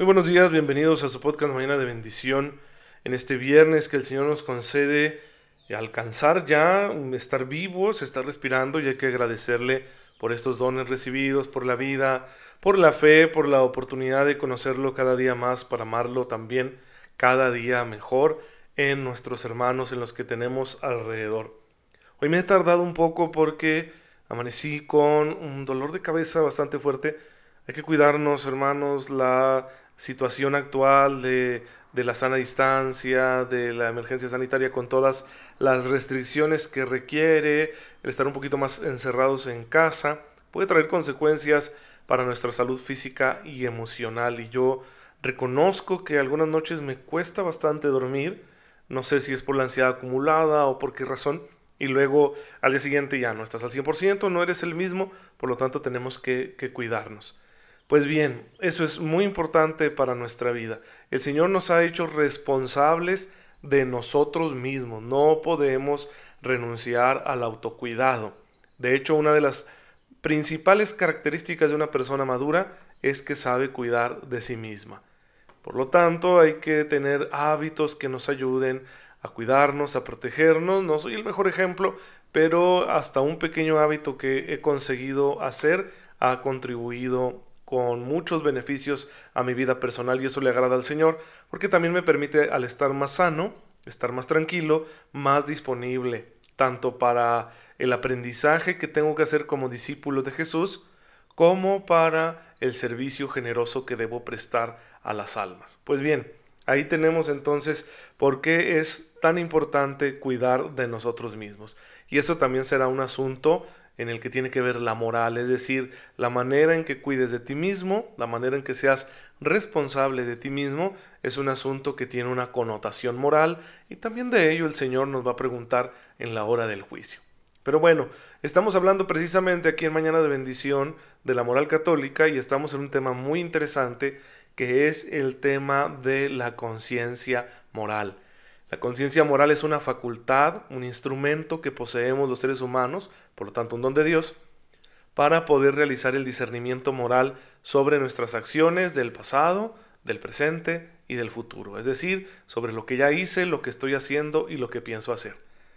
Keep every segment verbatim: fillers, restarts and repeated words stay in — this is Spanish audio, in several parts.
buenos días, bienvenidos a su podcast Mañana de Bendición. En este viernes que el Señor nos concede alcanzar ya, estar vivos, estar respirando, y hay que agradecerle por estos dones recibidos, por la vida, por la fe, por la oportunidad de conocerlo cada día más, para amarlo también cada día mejor en nuestros hermanos, en los que tenemos alrededor. Hoy me he tardado un poco porque amanecí con un dolor de cabeza bastante fuerte. Hay que cuidarnos, hermanos, la situación actual de, de la sana distancia, de la emergencia sanitaria, con todas las restricciones que requiere, el estar un poquito más encerrados en casa, puede traer consecuencias para nuestra salud física y emocional. Y yo reconozco que algunas noches me cuesta bastante dormir, no sé si es por la ansiedad acumulada o por qué razón, y luego al día siguiente ya no estás al cien por ciento, no eres el mismo, por lo tanto tenemos que, que cuidarnos. Pues bien, eso es muy importante para nuestra vida. El Señor nos ha hecho responsables de nosotros mismos. No podemos renunciar al autocuidado. De hecho, una de las principales características de una persona madura es que sabe cuidar de sí misma. Por lo tanto, hay que tener hábitos que nos ayuden a cuidarnos, a protegernos. No soy el mejor ejemplo, pero hasta un pequeño hábito que he conseguido hacer ha contribuido con muchos beneficios a mi vida personal, y eso le agrada al Señor, porque también me permite, al estar más sano, estar más tranquilo, más disponible, tanto para el aprendizaje que tengo que hacer como discípulo de Jesús, como para el servicio generoso que debo prestar a las almas. Pues bien, ahí tenemos entonces por qué es tan importante cuidar de nosotros mismos. Y eso también será un asunto en el que tiene que ver la moral, es decir, la manera en que cuides de ti mismo, la manera en que seas responsable de ti mismo, es un asunto que tiene una connotación moral, y también de ello el Señor nos va a preguntar en la hora del juicio. Pero bueno, estamos hablando precisamente aquí en Mañana de Bendición de la moral católica, y estamos en un tema muy interesante, que es el tema de la conciencia moral. La conciencia moral es una facultad, un instrumento que poseemos los seres humanos, por lo tanto un don de Dios, para poder realizar el discernimiento moral sobre nuestras acciones del pasado, del presente y del futuro. Es decir, sobre lo que ya hice, lo que estoy haciendo y lo que pienso hacer.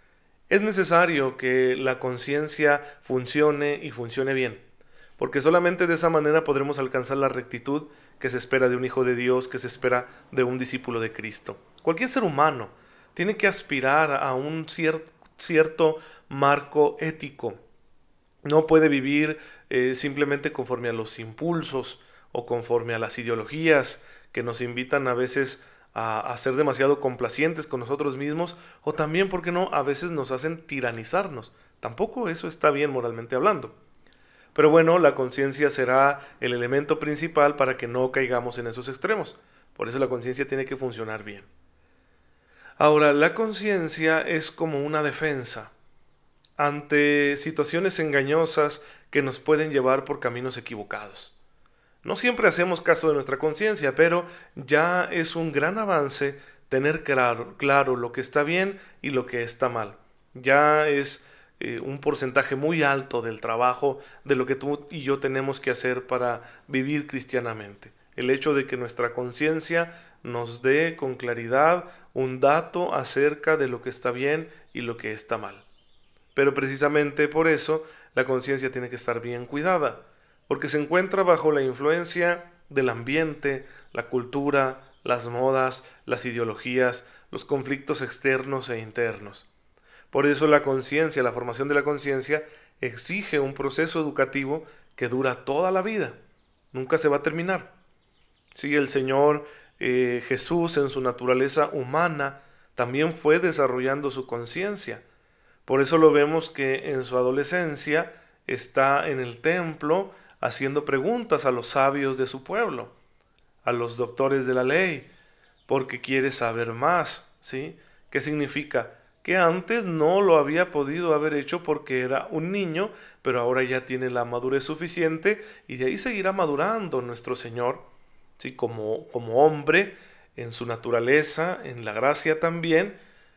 Es necesario que la conciencia funcione y funcione bien, porque solamente de esa manera podremos alcanzar la rectitud que se espera de un hijo de Dios, que se espera de un discípulo de Cristo. Cualquier ser humano tiene que aspirar a un cier- cierto marco ético. No puede vivir eh, simplemente conforme a los impulsos o conforme a las ideologías que nos invitan a veces a, a ser demasiado complacientes con nosotros mismos, o también, ¿por qué no?, a veces nos hacen tiranizarnos. Tampoco eso está bien moralmente hablando. Pero bueno, la conciencia será el elemento principal para que no caigamos en esos extremos. Por eso la conciencia tiene que funcionar bien. Ahora, la conciencia es como una defensa ante situaciones engañosas que nos pueden llevar por caminos equivocados. No siempre hacemos caso de nuestra conciencia, pero ya es un gran avance tener claro, claro lo que está bien y lo que está mal. Ya es eh, un porcentaje muy alto del trabajo de lo que tú y yo tenemos que hacer para vivir cristianamente. El hecho de que nuestra conciencia nos dé con claridad un dato acerca de lo que está bien y lo que está mal. Pero precisamente por eso la conciencia tiene que estar bien cuidada, porque se encuentra bajo la influencia del ambiente, la cultura, las modas, las ideologías, los conflictos externos e internos. Por eso la conciencia, la formación de la conciencia, exige un proceso educativo que dura toda la vida, nunca se va a terminar. Sí, el Señor eh, Jesús, en su naturaleza humana, también fue desarrollando su conciencia. Por eso lo vemos que en su adolescencia está en el templo haciendo preguntas a los sabios de su pueblo, a los doctores de la ley, porque quiere saber más, ¿sí? ¿Qué significa? Que antes no lo había podido haber hecho porque era un niño, pero ahora ya tiene la madurez suficiente, y de ahí seguirá madurando nuestro Señor, ¿sí? Como, como hombre, en su naturaleza, en la gracia también,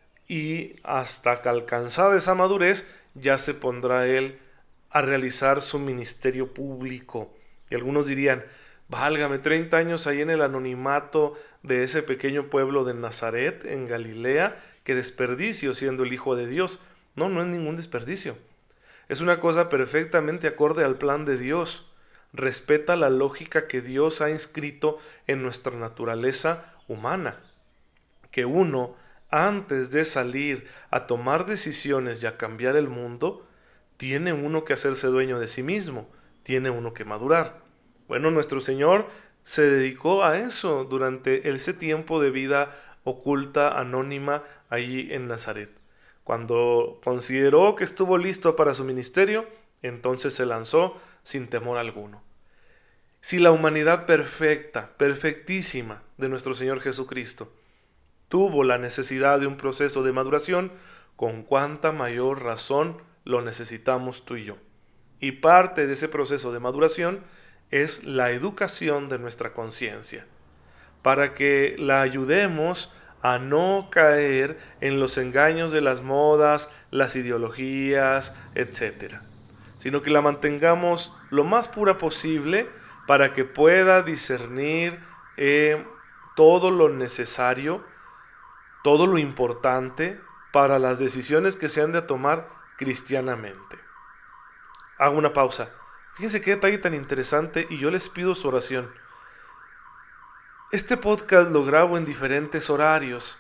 y hasta que alcanzada esa madurez ya se pondrá él a realizar su ministerio público. Y algunos dirían, Válgame, treinta años ahí en el anonimato de ese pequeño pueblo de Nazaret, en Galilea. Qué desperdicio siendo el Hijo de Dios. No, no es ningún desperdicio. Es una cosa perfectamente acorde al plan de Dios. Respeta la lógica que Dios ha inscrito en nuestra naturaleza humana. Que uno, antes de salir a tomar decisiones y a cambiar el mundo, tiene uno que hacerse dueño de sí mismo, tiene uno que madurar. Bueno, nuestro Señor se dedicó a eso durante ese tiempo de vida oculta, anónima, allí en Nazaret. Cuando consideró que estuvo listo para su ministerio, entonces se lanzó sin temor alguno. Si la humanidad perfecta, perfectísima de nuestro Señor Jesucristo, tuvo la necesidad de un proceso de maduración, con cuánta mayor razón lo necesitamos tú y yo. Y parte de ese proceso de maduración es la educación de nuestra conciencia, para que la ayudemos a no caer en los engaños de las modas, las ideologías, etcétera, sino que la mantengamos lo más pura posible para que pueda discernir eh, todo lo necesario, todo lo importante para las decisiones que se han de tomar cristianamente. Hago una pausa. Fíjense qué detalle tan interesante y yo les pido su oración. Este podcast lo grabo en diferentes horarios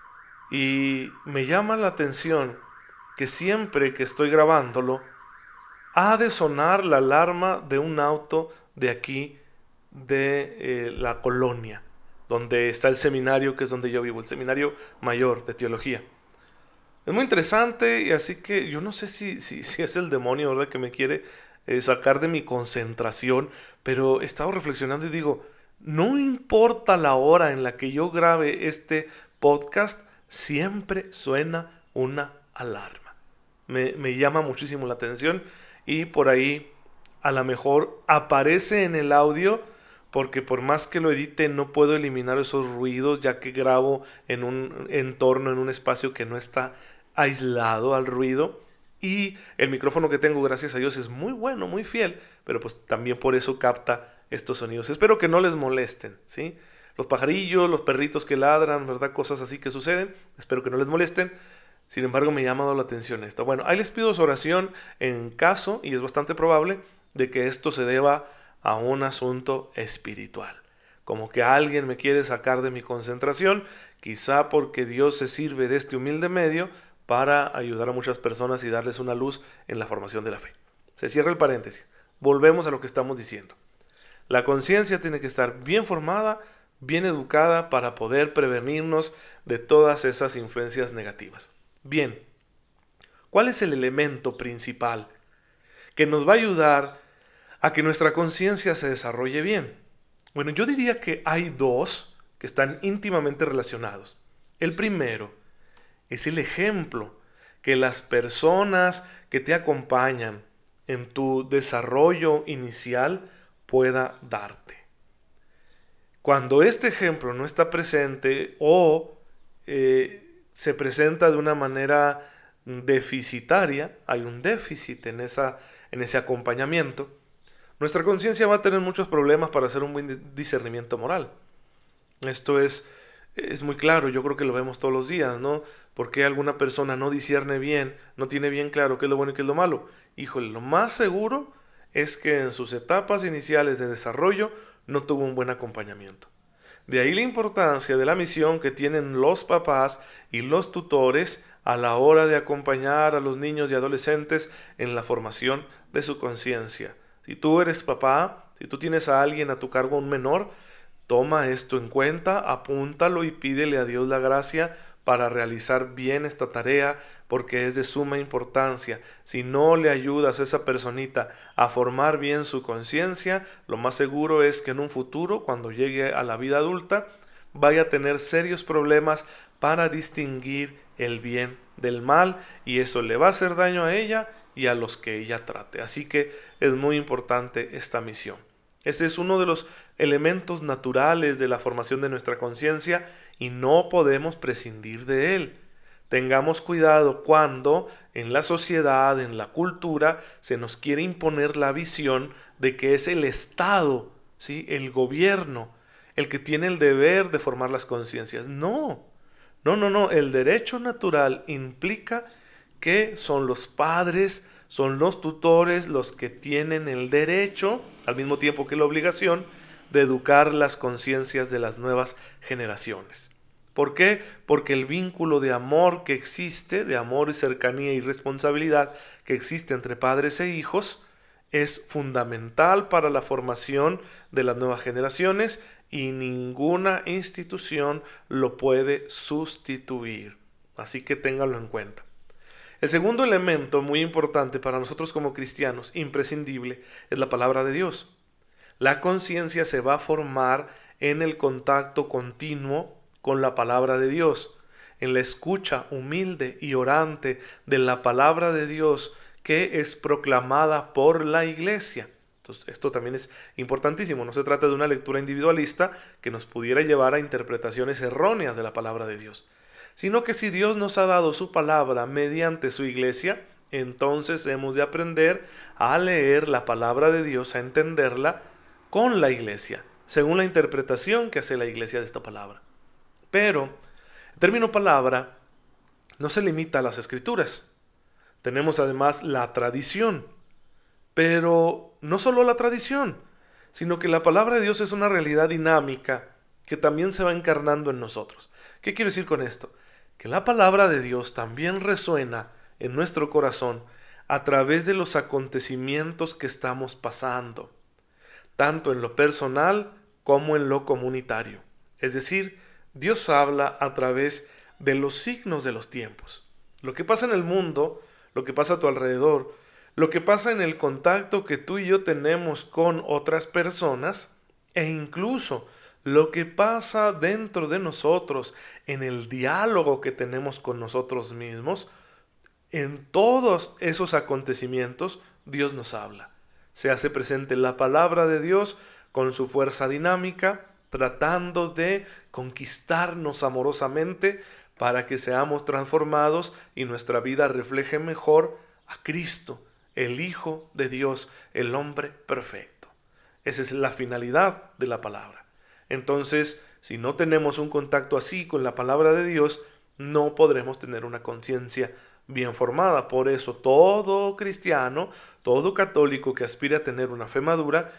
y me llama la atención que siempre que estoy grabándolo ha de sonar la alarma de un auto de aquí, de eh, la colonia, donde está el seminario, que es donde yo vivo, el seminario mayor de teología. Es muy interesante y así que yo no sé si, si, si es el demonio, ¿verdad?, que me quiere eh, sacar de mi concentración, pero he estado reflexionando y digo, no importa la hora en la que yo grabe este podcast, siempre suena una alarma. Me, me llama muchísimo la atención y por ahí a lo mejor aparece en el audio, porque por más que lo edite no puedo eliminar esos ruidos, ya que grabo en un entorno, en un espacio que no está aislado al ruido, y el micrófono que tengo, gracias a Dios, es muy bueno, muy fiel, pero pues también por eso capta estos sonidos. Espero que no les molesten, ¿sí? Los pajarillos, los perritos que ladran, ¿verdad? Cosas así que suceden, espero que no les molesten. Sin embargo, me ha llamado la atención esto. Bueno, ahí les pido su oración en caso, y es bastante probable, de que esto se deba a un asunto espiritual. Como que alguien me quiere sacar de mi concentración, quizá porque Dios se sirve de este humilde medio para ayudar a muchas personas y darles una luz en la formación de la fe. Se cierra el paréntesis. Volvemos a lo que estamos diciendo. La conciencia tiene que estar bien formada, bien educada para poder prevenirnos de todas esas influencias negativas. Bien, ¿cuál es el elemento principal que nos va a ayudar a que nuestra conciencia se desarrolle bien? Bueno, yo diría que hay dos que están íntimamente relacionados. El primero es el ejemplo que las personas que te acompañan en tu desarrollo inicial pueda darte. Cuando este ejemplo no está presente o eh, se presenta de una manera deficitaria, hay un déficit en, esa, en ese acompañamiento, nuestra conciencia va a tener muchos problemas para hacer un buen discernimiento moral. Esto es, es muy claro, yo creo que lo vemos todos los días, ¿no? ¿Por qué alguna persona no discierne bien, no tiene bien claro qué es lo bueno y qué es lo malo? Híjole, lo más seguro es que en sus etapas iniciales de desarrollo no tuvo un buen acompañamiento. De ahí la importancia de la misión que tienen los papás y los tutores a la hora de acompañar a los niños y adolescentes en la formación de su conciencia. Si tú eres papá, si tú tienes a alguien a tu cargo, un menor, toma esto en cuenta, apúntalo y pídele a Dios la gracia para realizar bien esta tarea, porque es de suma importancia. Si no le ayudas a esa personita a formar bien su conciencia, lo más seguro es que en un futuro, cuando llegue a la vida adulta, vaya a tener serios problemas para distinguir el bien del mal, y eso le va a hacer daño a ella y a los que ella trate. Así que es muy importante esta misión. Ese es uno de los elementos naturales de la formación de nuestra conciencia y no podemos prescindir de él. Tengamos cuidado cuando en la sociedad, en la cultura, se nos quiere imponer la visión de que es el Estado ¿sí?, el gobierno, el que tiene el deber de formar las conciencias. No, no, no, no. El derecho natural implica que son los padres, son los tutores los que tienen el derecho, al mismo tiempo que la obligación, de educar las conciencias de las nuevas generaciones. ¿Por qué? Porque el vínculo de amor que existe, de amor y cercanía y responsabilidad que existe entre padres e hijos, es fundamental para la formación de las nuevas generaciones y ninguna institución lo puede sustituir. Así que ténganlo en cuenta. El segundo elemento muy importante para nosotros como cristianos, imprescindible, es la palabra de Dios. La conciencia se va a formar en el contacto continuo con la palabra de Dios, en la escucha humilde y orante de la palabra de Dios que es proclamada por la iglesia. Entonces, esto también es importantísimo. No se trata de una lectura individualista que nos pudiera llevar a interpretaciones erróneas de la palabra de Dios, sino que si Dios nos ha dado su palabra mediante su iglesia, entonces hemos de aprender a leer la palabra de Dios, a entenderla con la iglesia, según la interpretación que hace la iglesia de esta palabra. Pero el término palabra no se limita a las escrituras. Tenemos además la tradición, pero no solo la tradición, sino que la palabra de Dios es una realidad dinámica que también se va encarnando en nosotros. ¿Qué quiero decir con esto? Que la palabra de Dios también resuena en nuestro corazón a través de los acontecimientos que estamos pasando, tanto en lo personal como en lo comunitario. Es decir, Dios habla a través de los signos de los tiempos. Lo que pasa en el mundo, lo que pasa a tu alrededor, lo que pasa en el contacto que tú y yo tenemos con otras personas, e incluso lo que pasa dentro de nosotros, en el diálogo que tenemos con nosotros mismos, en todos esos acontecimientos Dios nos habla. Se hace presente la palabra de Dios con su fuerza dinámica, tratando de conquistarnos amorosamente para que seamos transformados y nuestra vida refleje mejor a Cristo, el Hijo de Dios, el hombre perfecto. Esa es la finalidad de la palabra. Entonces, si no tenemos un contacto así con la palabra de Dios, no podremos tener una conciencia bien formada. Por eso todo cristiano, todo católico que aspire a tener una fe madura,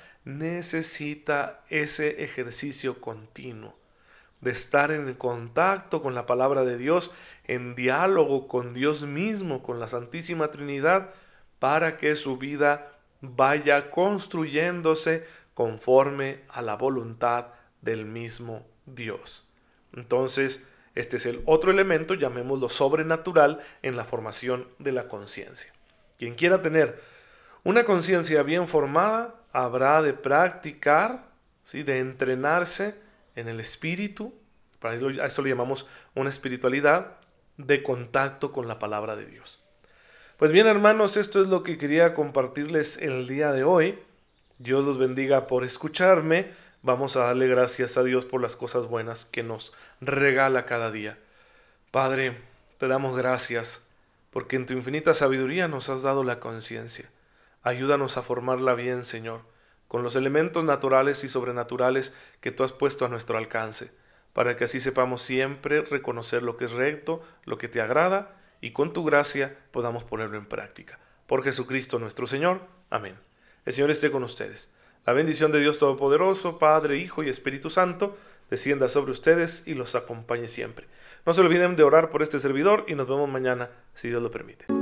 necesita ese ejercicio continuo de estar en contacto con la palabra de Dios, en diálogo con Dios mismo, con la Santísima Trinidad, para que su vida vaya construyéndose conforme a la voluntad del mismo Dios. Entonces, este es el otro elemento, llamémoslo sobrenatural, en la formación de la conciencia. Quien quiera tener una conciencia bien formada, habrá de practicar, ¿sí?, de entrenarse en el espíritu, para eso, a eso le llamamos una espiritualidad de contacto con la palabra de Dios. Pues bien, hermanos, esto es lo que quería compartirles el día de hoy. Dios los bendiga por escucharme. Vamos a darle gracias a Dios por las cosas buenas que nos regala cada día. Padre, te damos gracias porque en tu infinita sabiduría nos has dado la conciencia. Ayúdanos a formarla bien, Señor, con los elementos naturales y sobrenaturales que tú has puesto a nuestro alcance, para que así sepamos siempre reconocer lo que es recto, lo que te agrada, y con tu gracia podamos ponerlo en práctica. Por Jesucristo nuestro Señor. Amén. El Señor esté con ustedes. La bendición de Dios Todopoderoso, Padre, Hijo y Espíritu Santo, descienda sobre ustedes y los acompañe siempre. No se olviden de orar por este servidor y nos vemos mañana, si Dios lo permite.